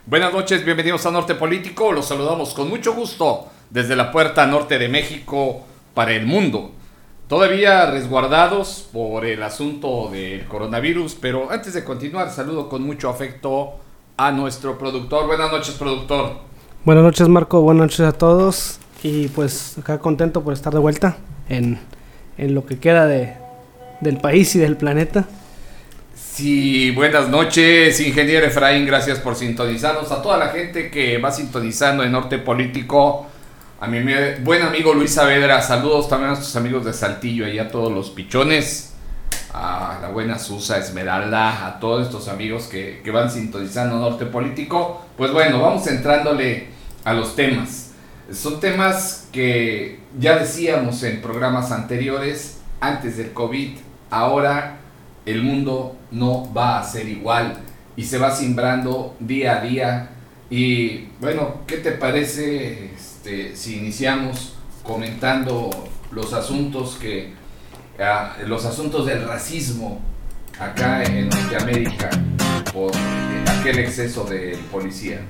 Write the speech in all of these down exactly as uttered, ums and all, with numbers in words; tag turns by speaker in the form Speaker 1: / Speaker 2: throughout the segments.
Speaker 1: Buenas noches, bienvenidos a Norte Político. Los saludamos con mucho gusto desde la puerta norte de México para el mundo. Todavía resguardados por el asunto del coronavirus, pero antes de continuar, saludo con mucho afecto a nuestro productor. Buenas noches, productor.
Speaker 2: Buenas noches, Marco. Buenas noches a todos. Y pues acá contento por estar de vuelta en, en lo que queda de, del país y del planeta.
Speaker 1: Sí, buenas noches, ingeniero Efraín, gracias por sintonizarnos. A toda la gente que va sintonizando en Norte Político, a mi buen amigo Luis Saavedra, saludos también a nuestros amigos de Saltillo, y a todos los pichones, a la buena Susa, Esmeralda, a todos estos amigos que, que van sintonizando Norte Político. Pues bueno, vamos entrándole a los temas. Son temas que ya decíamos en programas anteriores, antes del COVID, ahora el mundo no va a ser igual y se va simbrando día a día. Y bueno, ¿qué te parece este, si iniciamos comentando los asuntos que uh, los asuntos del racismo acá en Norteamérica por aquel exceso de policía?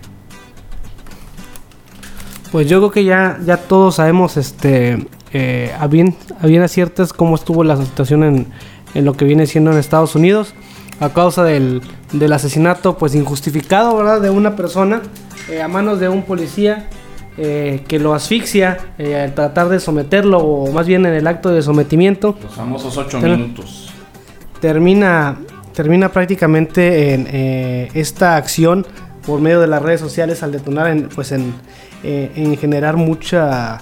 Speaker 2: Pues yo creo que ya, ya todos sabemos este eh, a bien, a bien aciertas cómo estuvo la situación en, en lo que viene siendo en Estados Unidos a causa del, del asesinato pues injustificado, ¿verdad?, de una persona eh, a manos de un policía eh, que lo asfixia eh, al tratar de someterlo, o más bien en el acto de sometimiento.
Speaker 1: Los famosos ocho
Speaker 2: ter-
Speaker 1: minutos.
Speaker 2: Termina, termina prácticamente en eh, esta acción por medio de las redes sociales al detonar en, pues en, eh, en generar mucha...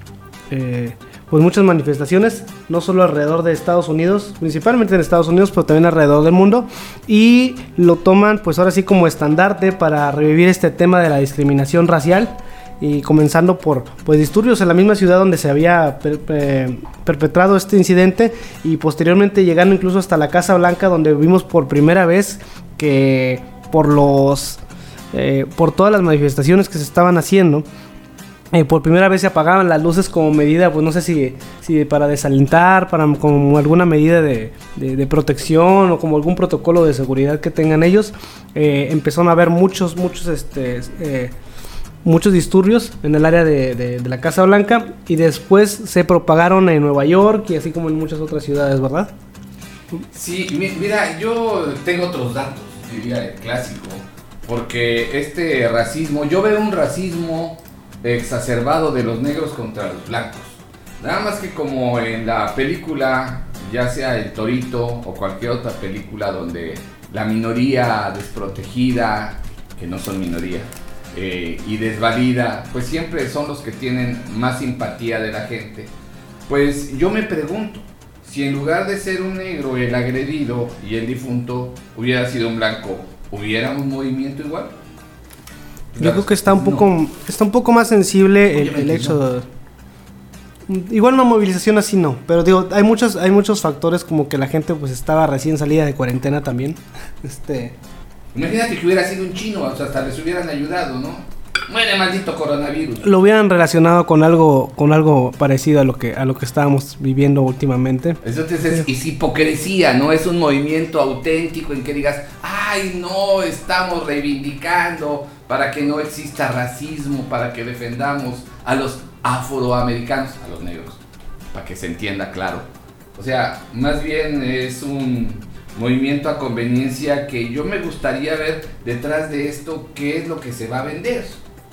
Speaker 2: Eh, pues muchas manifestaciones, no solo alrededor de Estados Unidos, principalmente en Estados Unidos, pero también alrededor del mundo, y lo toman pues ahora sí como estandarte para revivir este tema de la discriminación racial, y comenzando por pues disturbios en la misma ciudad donde se había per, per, perpetrado este incidente, y posteriormente llegando incluso hasta la Casa Blanca, donde vimos por primera vez que por los eh, por todas las manifestaciones que se estaban haciendo, Eh, por primera vez se apagaban las luces como medida, pues no sé si, si para desalentar, para como alguna medida de, de, de protección o como algún protocolo de seguridad que tengan ellos. Eh, empezaron a haber muchos, muchos, este, eh, muchos disturbios en el área de, de, de la Casa Blanca, y después se propagaron en Nueva York y así como en muchas otras ciudades, ¿verdad?
Speaker 1: Sí, mira, yo tengo otros datos, diría el clásico, porque este racismo, yo veo un racismo exacerbado de los negros contra los blancos. Nada más que como en la película, ya sea El Torito o cualquier otra película donde la minoría desprotegida, que no son minoría, eh, y desvalida, pues siempre son los que tienen más simpatía de la gente. Pues yo me pregunto, si en lugar de ser un negro el agredido y el difunto hubiera sido un blanco, ¿hubiera un movimiento igual?
Speaker 2: Yo creo que está un poco, no. está un poco más sensible el, el hecho de... Igual una movilización así no, pero digo, hay muchos, hay muchos factores, como que la gente pues estaba recién salida de cuarentena también. Este...
Speaker 1: Imagínate que hubiera sido un chino, o sea, hasta les hubieran ayudado, ¿no? Muere maldito coronavirus.
Speaker 2: Lo hubieran relacionado con algo, con algo parecido a lo que, a lo que estábamos viviendo últimamente.
Speaker 1: Entonces es, es hipocresía, ¿no? Es un movimiento auténtico en que digas, ay no, estamos reivindicando para que no exista racismo, para que defendamos a los afroamericanos, a los negros, para que se entienda claro. O sea, más bien es un movimiento a conveniencia que yo me gustaría ver detrás de esto, qué es lo que se va a vender.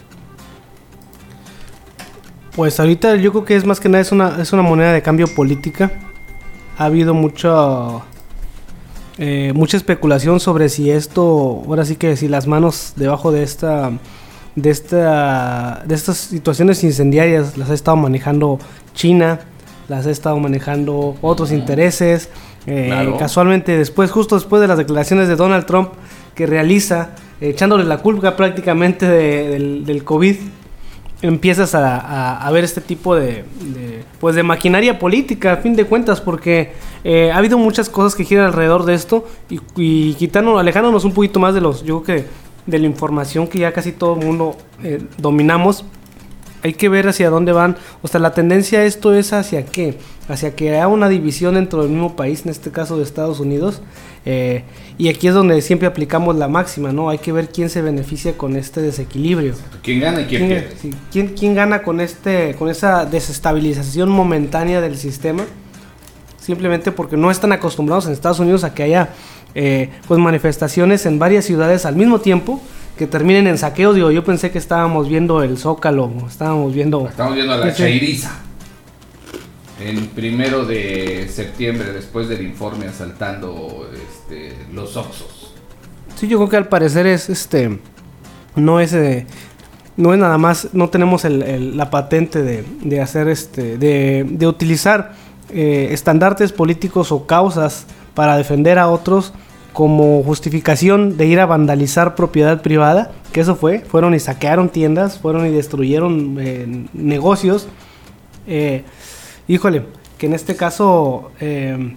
Speaker 2: Pues ahorita yo creo que es más que nada es una, es una moneda de cambio política. Ha habido mucho... Eh, mucha especulación sobre si esto, ahora sí que si las manos debajo de esta, de esta, de estas situaciones incendiarias las ha estado manejando China, las ha estado manejando otros intereses. Eh, claro. Casualmente después, justo después de las declaraciones de Donald Trump que realiza, eh, echándole la culpa prácticamente de, del, del COVID, empiezas a, a, a ver este tipo de, de pues de maquinaria política a fin de cuentas, porque eh, ha habido muchas cosas que giran alrededor de esto, y, y quitándonos, alejándonos un poquito más de los, yo creo que de la información que ya casi todo el mundo eh, dominamos. hay que ver hacia dónde van. O sea, la tendencia a esto es hacia qué, hacia que haya una división dentro del mismo país, en este caso de Estados Unidos, eh, y aquí es donde siempre aplicamos la máxima, ¿no? Hay que ver quién se beneficia con este desequilibrio.
Speaker 1: ¿Quién gana y quién,
Speaker 2: ¿Quién,
Speaker 1: pierde?
Speaker 2: sí, ¿quién, quién gana con este, con esa desestabilización momentánea del sistema? Simplemente porque no están acostumbrados en Estados Unidos a que haya eh, pues manifestaciones en varias ciudades al mismo tiempo que terminen en saqueos. Digo, yo pensé que estábamos viendo el Zócalo, estábamos viendo...
Speaker 1: Estamos viendo a la Chairiza. El primero de septiembre, después del informe, asaltando este, los Oxxos.
Speaker 2: Sí, yo creo que al parecer es este... No es... Eh, no es nada más... No tenemos el, el, la patente de, de hacer este... De, de utilizar eh, estandartes políticos o causas para defender a otros como justificación de ir a vandalizar propiedad privada, que eso fue, fueron y saquearon tiendas, fueron y destruyeron eh, negocios, eh, híjole, que en este caso, eh,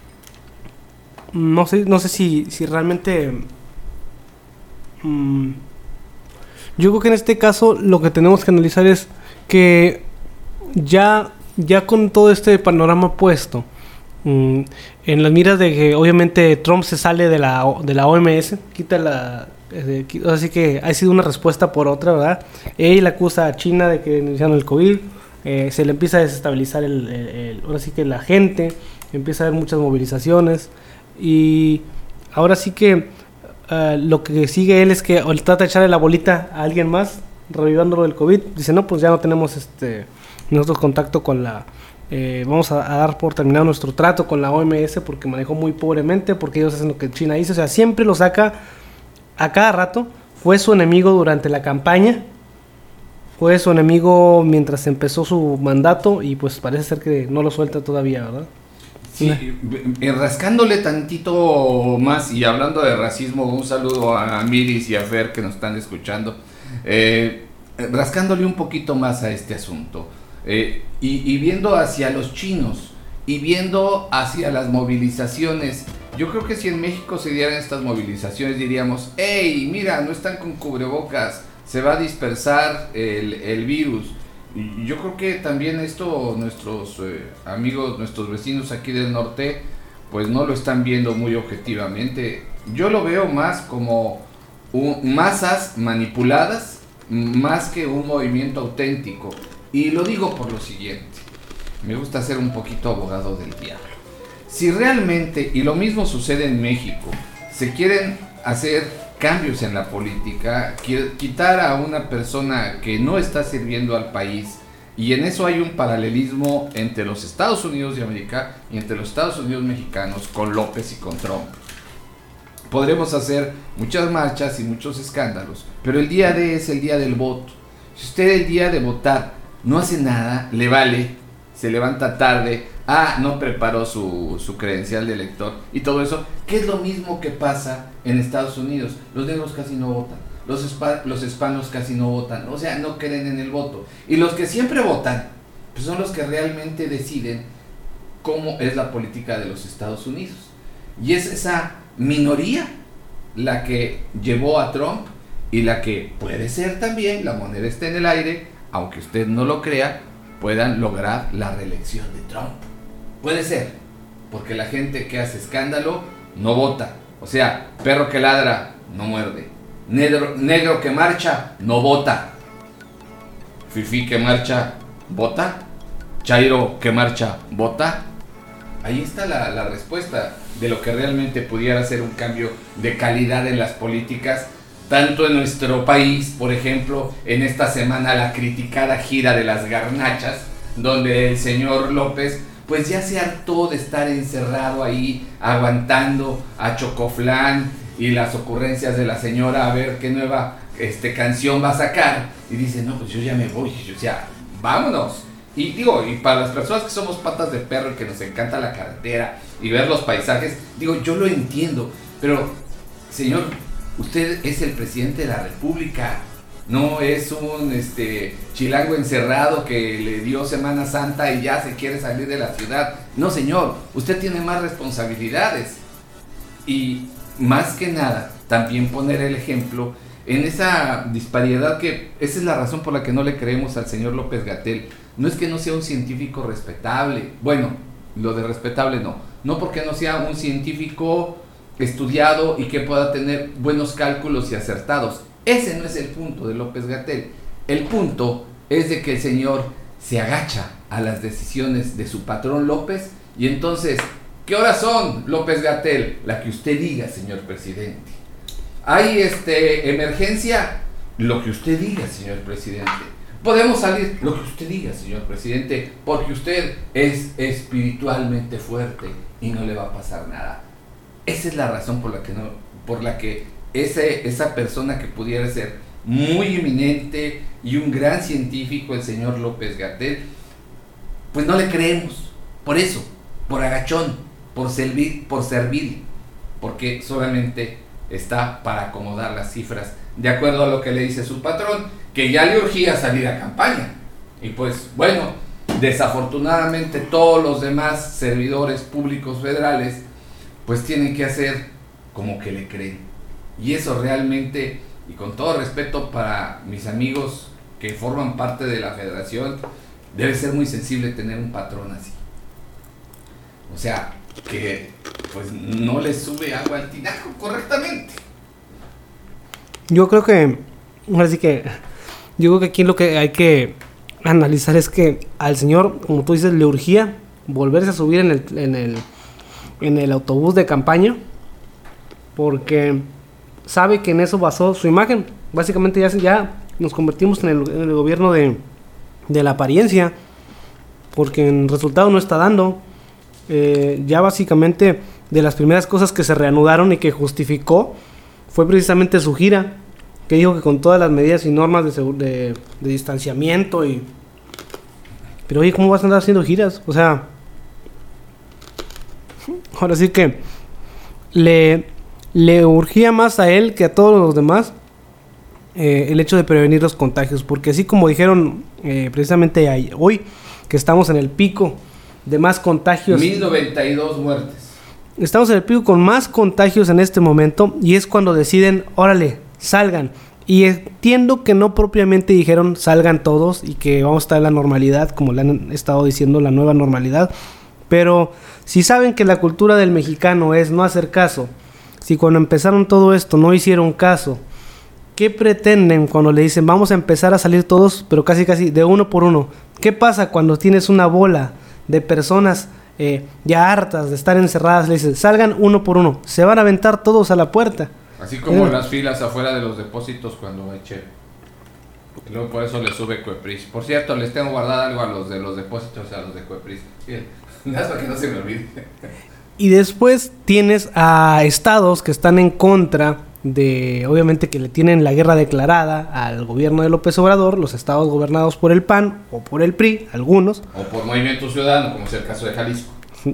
Speaker 2: no sé, no sé si, si realmente, mmm, yo creo que en este caso lo que tenemos que analizar es que ya, ya con todo este panorama puesto, en las miras de que obviamente Trump se sale de la, de la O M S, quita la... Eh, así que ha sido una respuesta por otra, ¿verdad? Él acusa a China de que iniciaron el COVID, eh, se le empieza a desestabilizar el, el, el... Ahora sí que la gente, empieza a haber muchas movilizaciones y ahora sí que uh, lo que sigue él es que él trata de echarle la bolita a alguien más, revivándolo del COVID. Dice, no, pues ya no tenemos este nosotros contacto con la... Eh, vamos a, a dar por terminado nuestro trato con la O M S porque manejó muy pobremente, porque ellos hacen lo que China hizo. O sea, siempre lo saca a cada rato. Fue su enemigo durante la campaña, fue su enemigo mientras empezó su mandato y pues parece ser que no lo suelta todavía, ¿verdad?
Speaker 1: Sí, eh, rascándole tantito más y hablando de racismo, un saludo a Miris y a Fer que nos están escuchando, eh, rascándole un poquito más a este asunto. Eh, y, y viendo hacia los chinos y viendo hacia las movilizaciones, yo creo que si en México se dieran estas movilizaciones diríamos, hey, mira, no están con cubrebocas, se va a dispersar el, el virus. Y yo creo que también esto nuestros eh, amigos, nuestros vecinos aquí del norte, pues no lo están viendo muy objetivamente. Yo lo veo más como un, masas manipuladas, más que un movimiento auténtico. Y lo digo por lo siguiente, me gusta ser un poquito abogado del diablo. Si realmente, y lo mismo sucede en México, se quieren hacer cambios en la política, quitar a una persona que no está sirviendo al país, y en eso hay un paralelismo entre los Estados Unidos de América y entre los Estados Unidos mexicanos con López y con Trump. Podremos hacer muchas marchas y muchos escándalos, pero el día D es el día del voto. Si usted el día de votar no hace nada, le vale, se levanta tarde, ah, no preparó su, su credencial de elector y todo eso, que es lo mismo que pasa en Estados Unidos. Los negros casi no votan, los, hispa- los hispanos casi no votan, o sea, no creen en el voto. Y los que siempre votan, pues son los que realmente deciden cómo es la política de los Estados Unidos. Y es esa minoría la que llevó a Trump y la que puede ser también, la moneda está en el aire, aunque usted no lo crea, puedan lograr la reelección de Trump. Puede ser, porque la gente que hace escándalo no vota. O sea, perro que ladra no muerde. Negro, negro que marcha no vota. Fifí que marcha vota. Chairo que marcha vota. Ahí está la, la respuesta de lo que realmente pudiera ser un cambio de calidad en las políticas. Tanto en nuestro país, por ejemplo, en esta semana la criticada gira de las garnachas, donde el señor López pues ya se hartó de estar encerrado ahí, aguantando a Chocoflán y las ocurrencias de la señora a ver qué nueva este, canción va a sacar. Y dice, no, pues yo ya me voy, o sea, vámonos. Y digo, y para las personas que somos patas de perro y que nos encanta la carretera y ver los paisajes, digo, yo lo entiendo, pero señor, usted es el presidente de la República, no es un este chilango encerrado que le dio Semana Santa y ya se quiere salir de la ciudad. No, señor, usted tiene más responsabilidades. Y más que nada, también poner el ejemplo en esa disparidad que esa es la razón por la que no le creemos al señor López-Gatell. No es que no sea un científico respetable, bueno, lo de respetable no, no porque no sea un científico estudiado y que pueda tener buenos cálculos y acertados. Ese no es el punto de López-Gatell. El punto es de que el señor se agacha a las decisiones de su patrón López y entonces, ¿qué horas son, López-Gatell? La que usted diga, señor presidente. ¿Hay este, emergencia? Lo que usted diga, señor presidente. Podemos salir, lo que usted diga, señor presidente, porque usted es espiritualmente fuerte y no le va a pasar nada. Esa es la razón por la que no, por la que ese, esa persona que pudiera ser muy eminente y un gran científico, el señor López-Gatell, pues no le creemos. Por eso, por agachón, por servir, por servir, porque solamente está para acomodar las cifras de acuerdo a lo que le dice su patrón, que ya le urgía salir a campaña. Y pues bueno, desafortunadamente todos los demás servidores públicos federales pues tienen que hacer como que le creen. Y eso realmente, y con todo respeto para mis amigos que forman parte de la federación, debe ser muy sensible tener un patrón así. O sea, que pues no le sube agua al tinaco correctamente.
Speaker 2: Yo creo que, ahora sí que, yo creo que aquí lo que hay que analizar es que al señor, como tú dices, le urgía volverse a subir en el, en el, en el autobús de campaña, porque sabe que en eso basó su imagen. Básicamente ya, ya nos convertimos en el, en el gobierno de, de la apariencia, porque en resultado no está dando. Eh, ya básicamente de las primeras cosas que se reanudaron y que justificó fue precisamente su gira, que dijo que con todas las medidas y normas de, segu- de, de distanciamiento y... Pero oye, ¿cómo vas a andar haciendo giras? O sea, ahora sí que le, le urgía más a él que a todos los demás eh, el hecho de prevenir los contagios, porque así como dijeron eh, precisamente ahí, hoy, que estamos en el pico de más contagios.
Speaker 1: mil noventa y dos muertes.
Speaker 2: Estamos en el pico con más contagios en este momento y es cuando deciden, órale, salgan. Y entiendo que no propiamente dijeron salgan todos y que vamos a estar en la normalidad, como le han estado diciendo, la nueva normalidad. Pero si saben que la cultura del mexicano es no hacer caso, si cuando empezaron todo esto no hicieron caso, ¿qué pretenden cuando le dicen vamos a empezar a salir todos, pero casi casi de uno por uno? ¿Qué pasa cuando tienes una bola de personas eh, ya hartas de estar encerradas? Le dicen salgan uno por uno, se van a aventar todos a la puerta.
Speaker 1: Así como
Speaker 2: eh.
Speaker 1: las filas afuera de los depósitos cuando hay cheve. Luego por eso le sube Cuepris. Por cierto, les tengo guardado algo a los de los depósitos, a los de Cuepris. Nada para que no se me olvide.
Speaker 2: Y después tienes a estados que están en contra de, obviamente que le tienen la guerra declarada al gobierno de López Obrador, los estados gobernados por el P A N o por el P R I, algunos.
Speaker 1: O por Movimiento Ciudadano, como es el caso de Jalisco.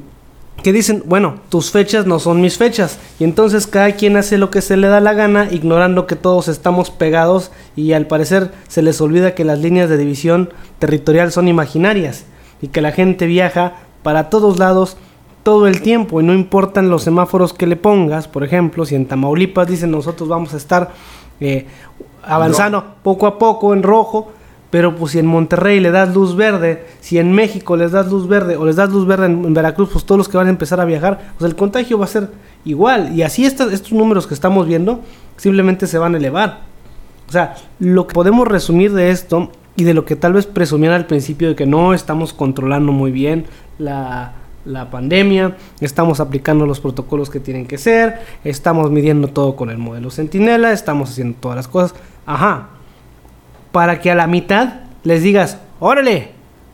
Speaker 2: Que dicen, bueno, tus fechas no son mis fechas. Y entonces cada quien hace lo que se le da la gana, ignorando que todos estamos pegados y al parecer se les olvida que las líneas de división territorial son imaginarias y que la gente viaja para todos lados todo el tiempo y no importan los semáforos que le pongas. Por ejemplo, si en Tamaulipas dicen nosotros vamos a estar eh, avanzando no. poco a poco en rojo, pero pues si en Monterrey le das luz verde, si en México les das luz verde o les das luz verde en, en Veracruz, pues todos los que van a empezar a viajar, pues el contagio va a ser igual. Y así estas, estos números que estamos viendo simplemente se van a elevar. O sea, lo que podemos resumir de esto y de lo que tal vez presumían al principio de que no estamos controlando muy bien la, la pandemia, estamos aplicando los protocolos que tienen que ser, estamos midiendo todo con el modelo Centinela, estamos haciendo todas las cosas. Ajá. Para que a la mitad les digas, órale,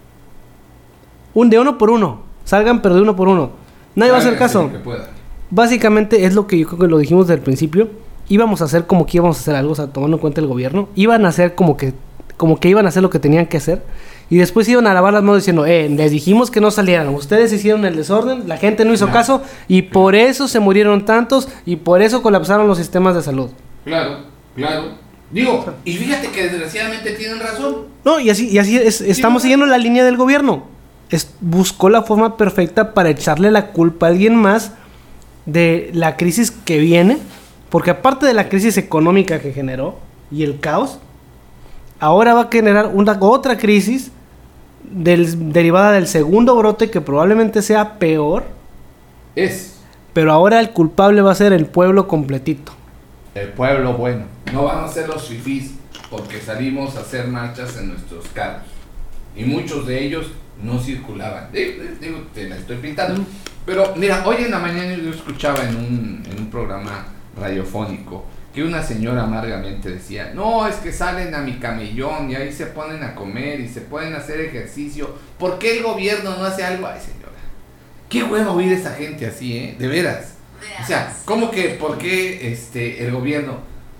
Speaker 2: un de uno por uno, salgan pero de uno por uno. Nadie va a hacer caso. Básicamente es lo que yo creo que lo dijimos desde el principio. Íbamos a hacer como que íbamos a hacer algo, o sea, tomando en cuenta el gobierno. Iban a hacer como que, como que iban a hacer lo que tenían que hacer. Y después iban a lavar las manos diciendo, eh, les dijimos que no salieran. Ustedes hicieron el desorden, la gente no hizo claro. caso. Y claro. por eso se murieron tantos y por eso colapsaron los sistemas de salud.
Speaker 1: Claro, claro. Digo, y fíjate que desgraciadamente tienen razón.
Speaker 2: No, y así, y así es, estamos sí, siguiendo la línea del gobierno. Es, buscó la forma perfecta para echarle la culpa a alguien más de la crisis que viene Porque aparte de la crisis económica que generó y el caos, ahora va a generar una otra crisis del, derivada del segundo brote que probablemente sea peor.
Speaker 1: Es.
Speaker 2: Pero ahora el culpable va a ser el pueblo completito.
Speaker 1: El pueblo bueno. No van a ser los fifís porque salimos a hacer marchas en nuestros carros. Y muchos de ellos no circulaban. Digo, digo, te la estoy pintando. Pero mira, hoy en la mañana yo escuchaba en un, en un programa radiofónico que una señora amargamente decía, no, es que salen a mi camellón y ahí se ponen a comer y se pueden hacer ejercicio. ¿Por qué el gobierno no hace algo? Ay, señora, qué bueno oír a esa gente así, ¿eh? De veras. O sea, ¿cómo que por qué este, el gobierno?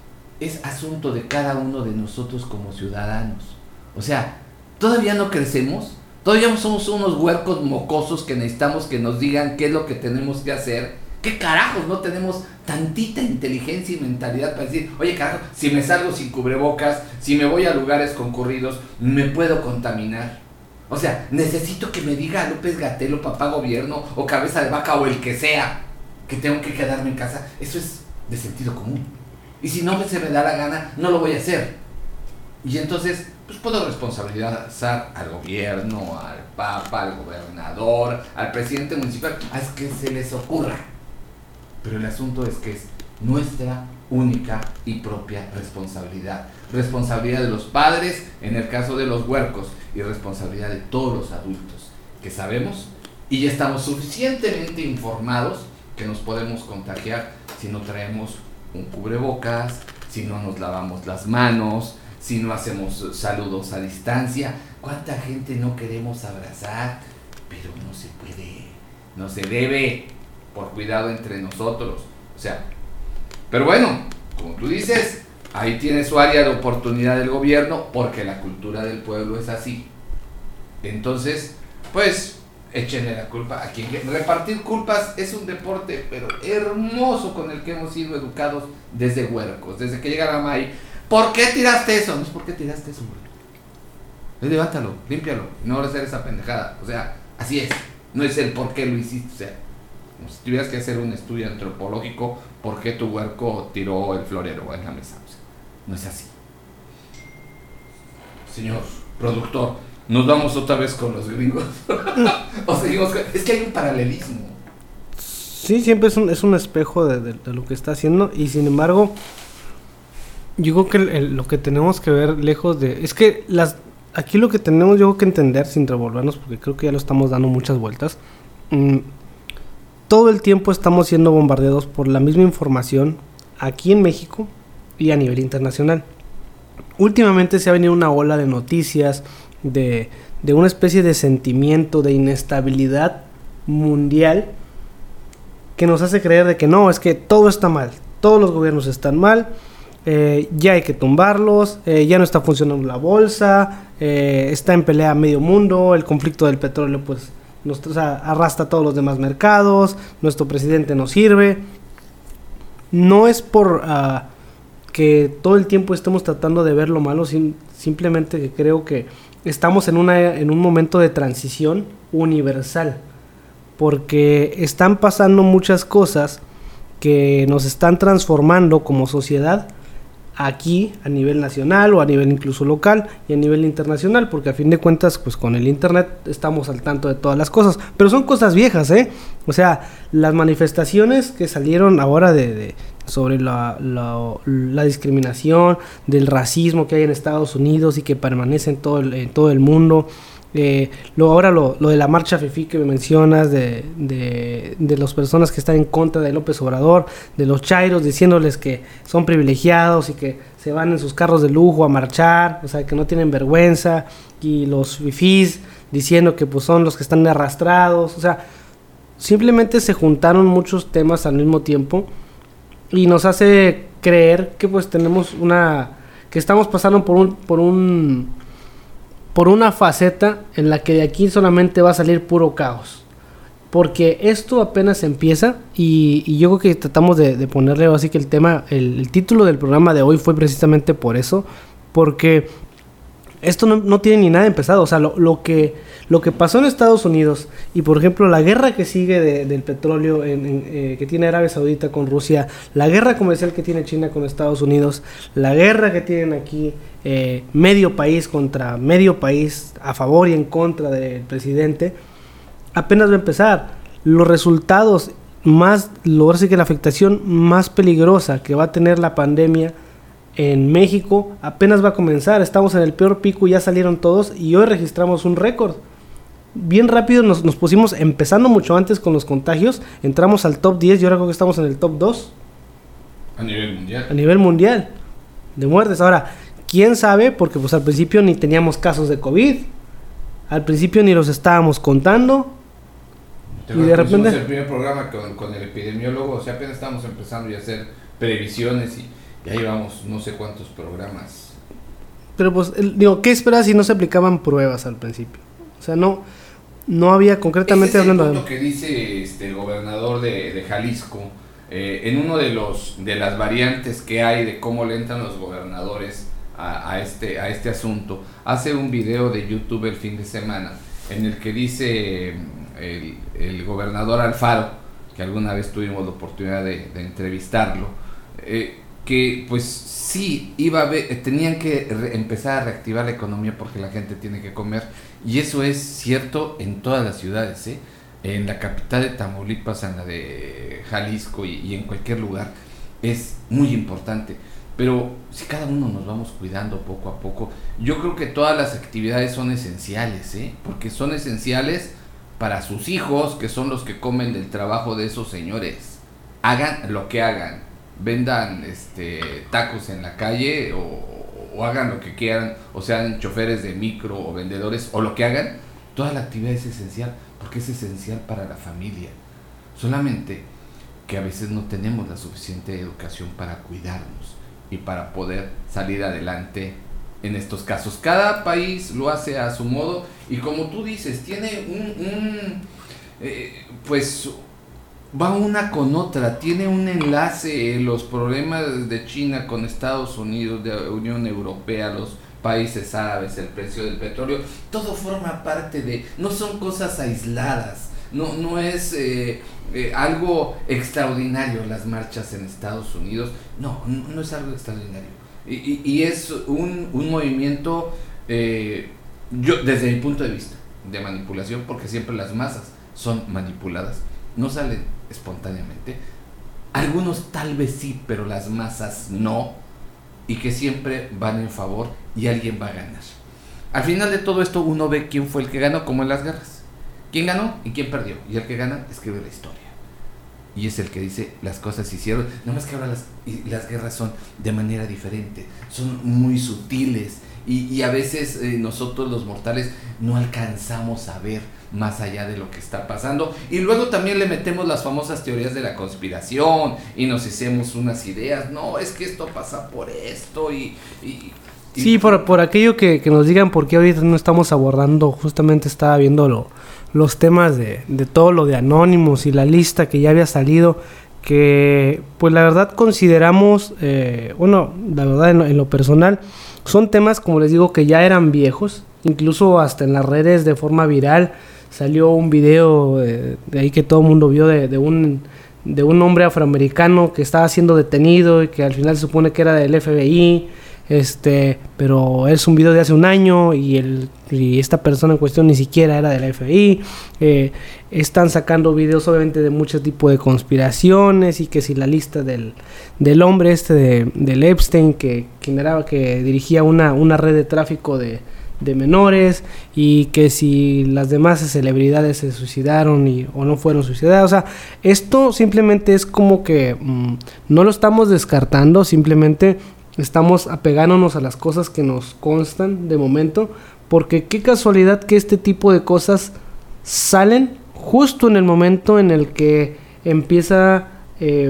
Speaker 1: Es asunto de cada uno de nosotros como ciudadanos. O sea, todavía no crecemos, todavía somos unos huercos mocosos que necesitamos que nos digan qué es lo que tenemos que hacer. ¿Qué carajos no tenemos tantita inteligencia y mentalidad para decir, oye carajo, si me salgo sin cubrebocas, si me voy a lugares concurridos, me puedo contaminar? O sea, necesito que me diga López-Gatell, papá gobierno, o cabeza de vaca, o el que sea, que tengo que quedarme en casa. Eso es de sentido común. Y si no se me da la gana, no lo voy a hacer. Y entonces, pues puedo responsabilizar al gobierno, al papa, al gobernador, al presidente municipal, a que se les ocurra. Pero el asunto es que es nuestra única y propia responsabilidad. Responsabilidad de los padres, en el caso de los huercos, y responsabilidad de todos los adultos, que sabemos y ya estamos suficientemente informados que nos podemos contagiar si no traemos un cubrebocas, si no nos lavamos las manos, si no hacemos saludos a distancia. ¿Cuánta gente no queremos abrazar? Pero no se puede, no se debe, por cuidado entre nosotros. O sea, pero bueno, como tú dices, ahí tiene su área de oportunidad del gobierno, porque la cultura del pueblo es así. Entonces, pues, échenle la culpa a quien quiera. Repartir culpas es un deporte, pero hermoso, con el que hemos sido educados desde huercos, desde que llega la May. ¿Por qué tiraste eso? No es por qué tiraste eso, güey. Levántalo, límpialo, no vas a hacer esa pendejada. O sea, así es. No es el por qué lo hiciste. O sea, como si tuvieras que hacer un estudio antropológico, ¿por qué tu huerco tiró el florero en la mesa? O sea, no es así. Señor productor, nos vamos otra vez con los gringos. O seguimos con... Es que hay un paralelismo.
Speaker 2: Sí, siempre es un, es un espejo de, de, de lo que está haciendo. Y sin embargo, yo creo que el, el, lo que tenemos que ver lejos de... Es que las aquí lo que tenemos yo creo que entender, sin revolvernos, porque creo que ya lo estamos dando muchas vueltas. Mmm, todo el tiempo estamos siendo bombardeados por la misma información aquí en México y a nivel internacional. Últimamente se ha venido una ola de noticias, de, de una especie de sentimiento de inestabilidad mundial que nos hace creer de que no, es que todo está mal, todos los gobiernos están mal, eh, ya hay que tumbarlos, eh, ya no está funcionando la bolsa, eh, está en pelea medio mundo, el conflicto del petróleo pues nos, o sea, arrastra a todos los demás mercados, nuestro presidente no sirve. No es por uh, que todo el tiempo estemos tratando de ver lo malo, sin, simplemente que creo que estamos en, una, en un momento de transición universal, porque están pasando muchas cosas que nos están transformando como sociedad aquí a nivel nacional o a nivel incluso local y a nivel internacional, porque a fin de cuentas pues con el internet estamos al tanto de todas las cosas, pero son cosas viejas, ¿eh? O sea, las manifestaciones que salieron ahora de, de sobre la, la, la discriminación, del racismo que hay en Estados Unidos y que permanece en todo el, en todo el mundo. Eh, luego ahora lo, lo de la marcha fifí que me mencionas, de, de, de las personas que están en contra de López Obrador, de los chairos diciéndoles que son privilegiados y que se van en sus carros de lujo a marchar, o sea, que no tienen vergüenza, y los fifís diciendo que pues son los que están arrastrados. O sea, simplemente se juntaron muchos temas al mismo tiempo y nos hace creer que pues tenemos una, que estamos pasando por un, por un por una faceta en la que de aquí solamente va a salir puro caos, porque esto apenas empieza. Y, y yo creo que tratamos de, de ponerle así que el tema, el, el título del programa de hoy fue precisamente por eso, porque esto no, no tiene ni nada empezado. O sea, lo, lo, que, lo que pasó en Estados Unidos y, por ejemplo, la guerra que sigue de, del petróleo en, en, eh, que tiene Arabia Saudita con Rusia, la guerra comercial que tiene China con Estados Unidos, la guerra que tienen aquí eh, medio país contra medio país, a favor y en contra del presidente, apenas va a empezar. Los resultados más, lo ahora sí que la afectación más peligrosa que va a tener la pandemia en México apenas va a comenzar. Estamos en el peor pico, ya salieron todos y hoy registramos un récord. Bien rápido nos, nos pusimos, empezando mucho antes con los contagios, entramos al top diez y ahora creo que estamos en el top dos.
Speaker 1: A nivel mundial.
Speaker 2: A nivel mundial de muertes. Ahora, ¿quién sabe? Porque pues al principio ni teníamos casos de COVID, al principio ni los estábamos contando.
Speaker 1: Y de repente el primer programa con, con el epidemiólogo, o sea, apenas estábamos empezando ya a hacer previsiones y ya llevamos no sé cuántos programas.
Speaker 2: Pero pues, el, digo, ¿qué esperas si no se aplicaban pruebas al principio? O sea, no, no había concretamente hablando de...
Speaker 1: Ese es el punto que dice este, el gobernador de, de Jalisco, eh, en uno de los de las variantes que hay de cómo le entran los gobernadores a, a, este, a este asunto. Hace un video de YouTube el fin de semana en el que dice el, el gobernador Alfaro, que alguna vez tuvimos la oportunidad de, de entrevistarlo, eh, que pues sí iba a ver, tenían que re- empezar a reactivar la economía porque la gente tiene que comer, y eso es cierto en todas las ciudades, ¿eh? En la capital de Tamaulipas, en la de Jalisco y, y en cualquier lugar es muy importante, pero si cada uno nos vamos cuidando poco a poco, yo creo que todas las actividades son esenciales, ¿eh? Porque son esenciales para sus hijos, que son los que comen del trabajo de esos señores. Hagan lo que hagan, vendan este tacos en la calle o, o hagan lo que quieran, o sean choferes de micro o vendedores o lo que hagan, toda la actividad es esencial porque es esencial para la familia. Solamente que a veces no tenemos la suficiente educación para cuidarnos y para poder salir adelante en estos casos. Cada país lo hace a su modo y, como tú dices, tiene un, un eh, pues va una con otra, tiene un enlace. Los problemas de China con Estados Unidos, de Unión Europea, los países árabes, el precio del petróleo, todo forma parte de, no son cosas aisladas, no, no es eh, eh, algo extraordinario las marchas en Estados Unidos, no, no, no es algo extraordinario, y, y, y es un, un movimiento, eh, yo desde mi punto de vista, de manipulación, porque siempre las masas son manipuladas, no salen espontáneamente, algunos tal vez sí, pero las masas no, y que siempre van en favor y alguien va a ganar. Al final de todo esto uno ve quién fue el que ganó, como en las guerras, quién ganó y quién perdió, y el que gana escribe la historia y es el que dice las cosas se hicieron. Nada más que ahora las, las guerras son de manera diferente, son muy sutiles y, y a veces eh, nosotros los mortales no alcanzamos a ver más allá de lo que está pasando, y luego también le metemos las famosas teorías de la conspiración y nos hacemos unas ideas, no, es que esto pasa por esto y... y, y
Speaker 2: sí, por, por aquello que, que nos digan por qué ahorita no estamos abordando, justamente estaba viendo lo, los temas de, de todo lo de Anonymous y la lista que ya había salido, que pues la verdad consideramos, eh, bueno, la verdad en lo, en lo personal, son temas, como les digo, que ya eran viejos, incluso hasta en las redes de forma viral. Salió un video eh, de ahí que todo el mundo vio de, de un de un hombre afroamericano que estaba siendo detenido y que al final se supone que era del F B I, este, pero es un video de hace un año y el y esta persona en cuestión ni siquiera era del F B I. Eh, están sacando videos obviamente de mucho tipo de conspiraciones y que si la lista del, del hombre este de, del Epstein que generaba, que dirigía una, una red de tráfico de de menores, y que si las demás celebridades se suicidaron y, o no fueron suicidadas. O sea, esto simplemente es como que mmm, no lo estamos descartando, simplemente estamos apegándonos a las cosas que nos constan de momento, porque qué casualidad que este tipo de cosas salen justo en el momento en el que empieza eh,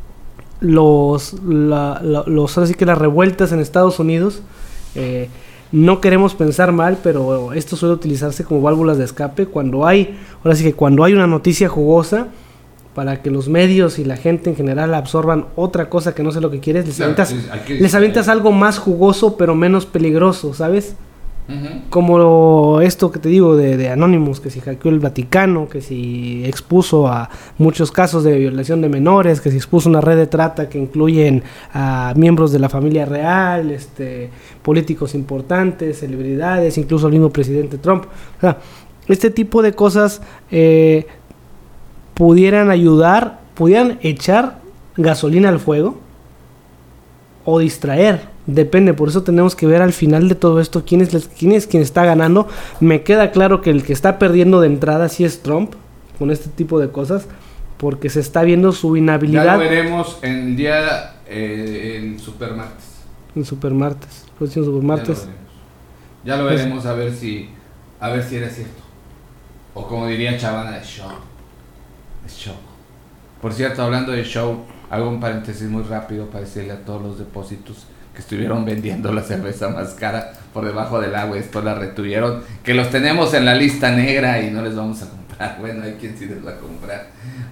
Speaker 2: los, la, la, los así que las revueltas en Estados Unidos. eh, No queremos pensar mal, pero esto suele utilizarse como válvulas de escape cuando hay, ahora sí que cuando hay una noticia jugosa, para que los medios y la gente en general absorban otra cosa que no sé lo que quieres, les, claro, avientas, sí, les avientas algo más jugoso pero menos peligroso, ¿sabes? Uh-huh. Como esto que te digo de, de Anonymous, que si hackeó el Vaticano, que si expuso a muchos casos de violación de menores, que si expuso una red de trata que incluyen a miembros de la familia real, este, políticos importantes, celebridades, incluso el mismo presidente Trump. O sea, este tipo de cosas eh, pudieran ayudar, pudieran echar gasolina al fuego o distraer. Depende, por eso tenemos que ver al final de todo esto quién es, quién es quien está ganando. Me queda claro que el que está perdiendo de entrada sí es Trump con este tipo de cosas, porque se está viendo su inhabilidad.
Speaker 1: Ya lo veremos en el día, eh, el supermartes.
Speaker 2: El supermartes, próximo supermartes.
Speaker 1: Ya lo veremos, ya lo veremos a ver si, a ver si era cierto. O como diría Chavana, es show. Es show. Por cierto, hablando de show, hago un paréntesis muy rápido para decirle a todos los depósitos que estuvieron vendiendo la cerveza más cara por debajo del agua y después la retuvieron, que los tenemos en la lista negra y no les vamos a comprar. Bueno, hay quien sí les va a comprar.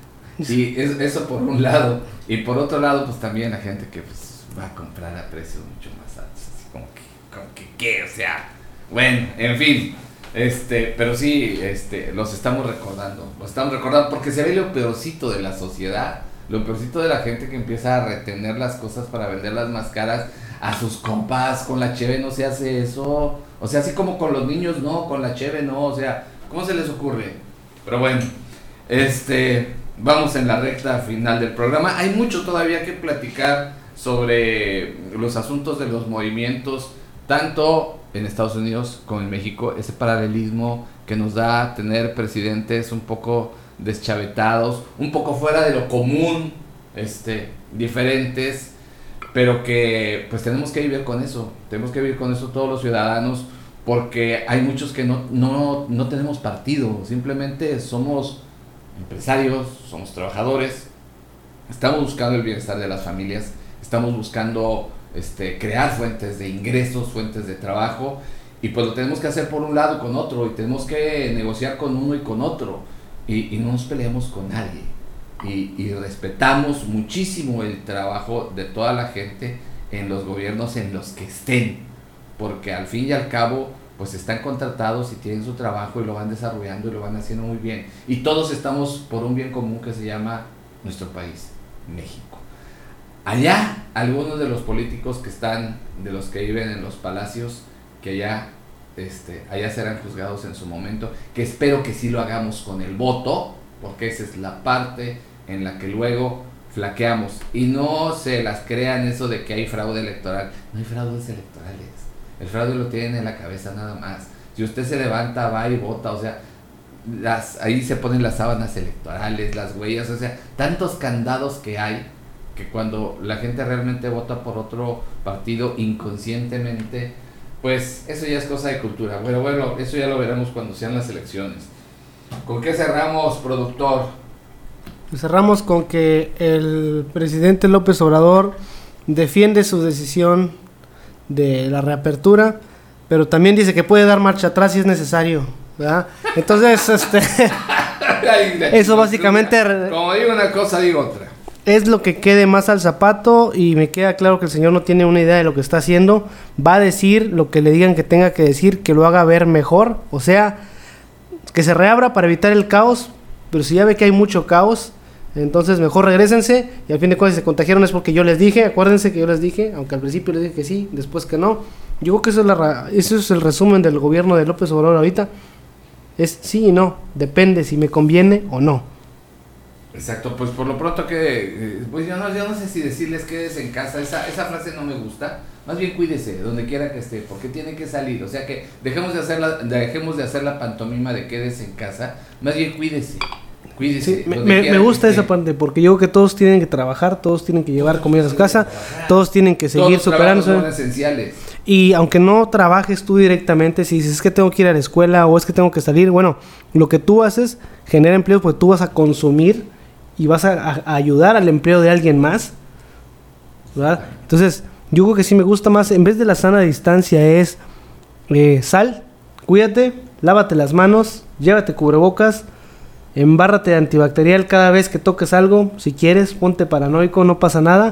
Speaker 1: Y es, eso por un lado. Y por otro lado, pues también la gente que pues, va a comprar a precios mucho más altos. Así como que, como que, ¿qué? O sea, bueno, en fin. Este, pero sí, este, los estamos recordando. Los estamos recordando porque se ve lo peorcito de la sociedad. Lo peorcito de la gente que empieza a retener las cosas para venderlas más caras a sus compas. Con la cheve no se hace eso. O sea, así como con los niños, no, con la cheve no. O sea, ¿cómo se les ocurre? Pero bueno, este, vamos en la recta final del programa. Hay mucho todavía que platicar sobre los asuntos de los movimientos, tanto en Estados Unidos como en México. Ese paralelismo que nos da tener presidentes un poco deschavetados, un poco fuera de lo común, este, diferentes, pero que pues tenemos que vivir con eso, tenemos que vivir con eso todos los ciudadanos, porque hay muchos que no, no, no tenemos partido, simplemente somos empresarios, somos trabajadores, estamos buscando el bienestar de las familias, estamos buscando este, crear fuentes de ingresos, fuentes de trabajo, y pues lo tenemos que hacer por un lado y con otro, y tenemos que negociar con uno y con otro. Y, y no nos peleamos con nadie y, y respetamos muchísimo el trabajo de toda la gente en los gobiernos en los que estén, porque al fin y al cabo pues están contratados y tienen su trabajo y lo van desarrollando y lo van haciendo muy bien, y todos estamos por un bien común que se llama nuestro país, México. Allá algunos de los políticos que están, de los que viven en los palacios, que allá Este, allá serán juzgados en su momento, que espero que sí lo hagamos con el voto, porque esa es la parte en la que luego flaqueamos, y no se las crean eso de que hay fraude electoral. No hay fraudes electorales, el fraude lo tienen en la cabeza nada más. Si usted se levanta, va y vota, o sea, las, ahí se ponen las sábanas electorales, las huellas, o sea, tantos candados que hay, que cuando la gente realmente vota por otro partido inconscientemente, pues eso ya es cosa de cultura. Bueno, bueno, eso ya lo veremos cuando sean las elecciones. ¿Con qué cerramos, productor?
Speaker 2: Cerramos con que el presidente López Obrador defiende su decisión de la reapertura, pero también dice que puede dar marcha atrás si es necesario, ¿verdad? Entonces, este, eso básicamente...
Speaker 1: Como digo una cosa, digo otra.
Speaker 2: Es lo que quede más al zapato, y me queda claro que el señor no tiene una idea de lo que está haciendo. Va a decir lo que le digan que tenga que decir, que lo haga ver mejor, o sea, que se reabra para evitar el caos, pero si ya ve que hay mucho caos, entonces mejor regrésense, y al fin de cuentas se contagiaron es porque yo les dije, acuérdense que yo les dije, aunque al principio les dije que sí, después que no. Yo creo que eso es, la, eso es el resumen del gobierno de López Obrador ahorita, es sí y no, depende si me conviene o no.
Speaker 1: Exacto, pues por lo pronto que, pues yo no, yo no sé si decirles quédese en casa, esa, esa frase no me gusta, más bien cuídese, donde quiera que esté, porque tiene que salir, o sea que dejemos de hacer la, dejemos de hacer la pantomima de quédese en casa, más bien cuídese, cuídese.
Speaker 2: Sí, me, me gusta esa parte, porque yo creo que todos tienen que trabajar, todos tienen que llevar comida a su casa, todos tienen que seguir superándose.
Speaker 1: Todos son esenciales.
Speaker 2: Y aunque no trabajes tú directamente, si dices es que tengo que ir a la escuela o es que tengo que salir, bueno, lo que tú haces genera empleo, porque tú vas a consumir y vas a, a ayudar al empleo de alguien más, ¿verdad? Entonces, yo creo que sí me gusta más, en vez de la sana distancia, es eh, sal, cuídate, lávate las manos, llévate cubrebocas, embárrate de antibacterial cada vez que toques algo, si quieres, ponte paranoico, no pasa nada,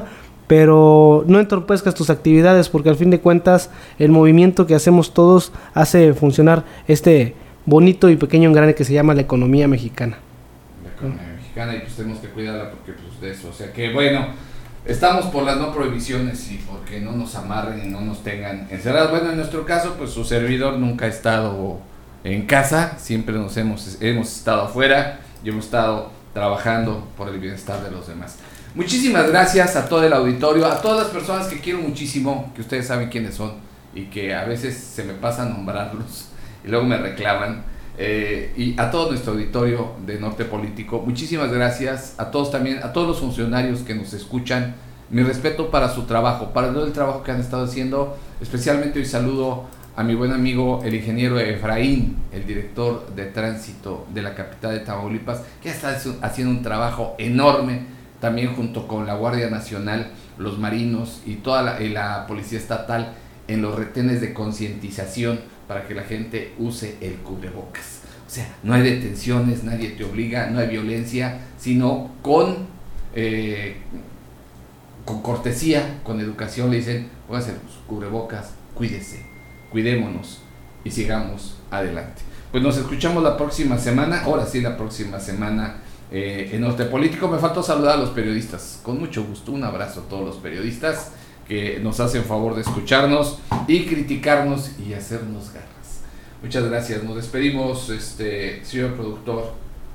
Speaker 2: pero no entorpezcas tus actividades, porque al fin de cuentas el movimiento que hacemos todos hace funcionar este bonito y pequeño engrane que se llama la economía mexicana.
Speaker 1: La economía mexicana, y pues tenemos que cuidarla porque pues de eso, o sea que bueno, estamos por las no prohibiciones y porque no nos amarren y no nos tengan encerrados. Bueno, en nuestro caso, pues su servidor nunca ha estado en casa, siempre nos hemos, hemos estado afuera y hemos estado trabajando por el bienestar de los demás. Muchísimas gracias a todo el auditorio, a todas las personas que quiero muchísimo, que ustedes saben quiénes son y que a veces se me pasa nombrarlos y luego me reclaman, eh, y a todo nuestro auditorio de Norte Político, muchísimas gracias a todos también, a todos los funcionarios que nos escuchan, mi respeto para su trabajo, para todo el trabajo que han estado haciendo, especialmente hoy saludo a mi buen amigo el ingeniero Efraín, el director de tránsito de la capital de Tamaulipas, que está haciendo un trabajo enorme, también junto con la Guardia Nacional, los marinos y toda la, y la Policía Estatal en los retenes de concientización para que la gente use el cubrebocas. O sea, no hay detenciones, nadie te obliga, no hay violencia, sino con, eh, con cortesía, con educación, le dicen, pónganse los cubrebocas, cuídese, cuidémonos y sigamos adelante. Pues nos escuchamos la próxima semana, ahora sí la próxima semana, Eh, en Norte Político. Me faltó saludar a los periodistas, con mucho gusto, un abrazo a todos los periodistas que nos hacen favor de escucharnos y criticarnos y hacernos garras. Muchas gracias, nos despedimos, este señor productor.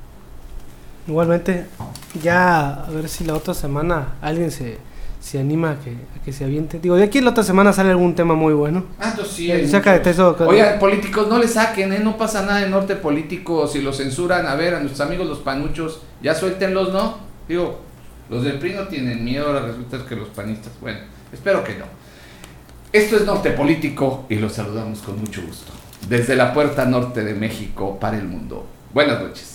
Speaker 2: Igualmente, ya a ver si la otra semana alguien se, se anima a que, a que se aviente. Digo, de aquí la otra semana sale algún tema muy bueno.
Speaker 1: Ah, entonces sí.
Speaker 2: Eh, saca de texto.
Speaker 1: Oigan, políticos, no le saquen, ¿eh? No pasa nada en Norte Político. Si los censuran, a ver, a nuestros amigos los panuchos, ya suéltenlos, ¿no? Digo, los del P R I no tienen miedo, ahora resulta que los panistas. Bueno, espero que no. Esto es Norte Político y los saludamos con mucho gusto. Desde la puerta norte de México para el mundo. Buenas noches.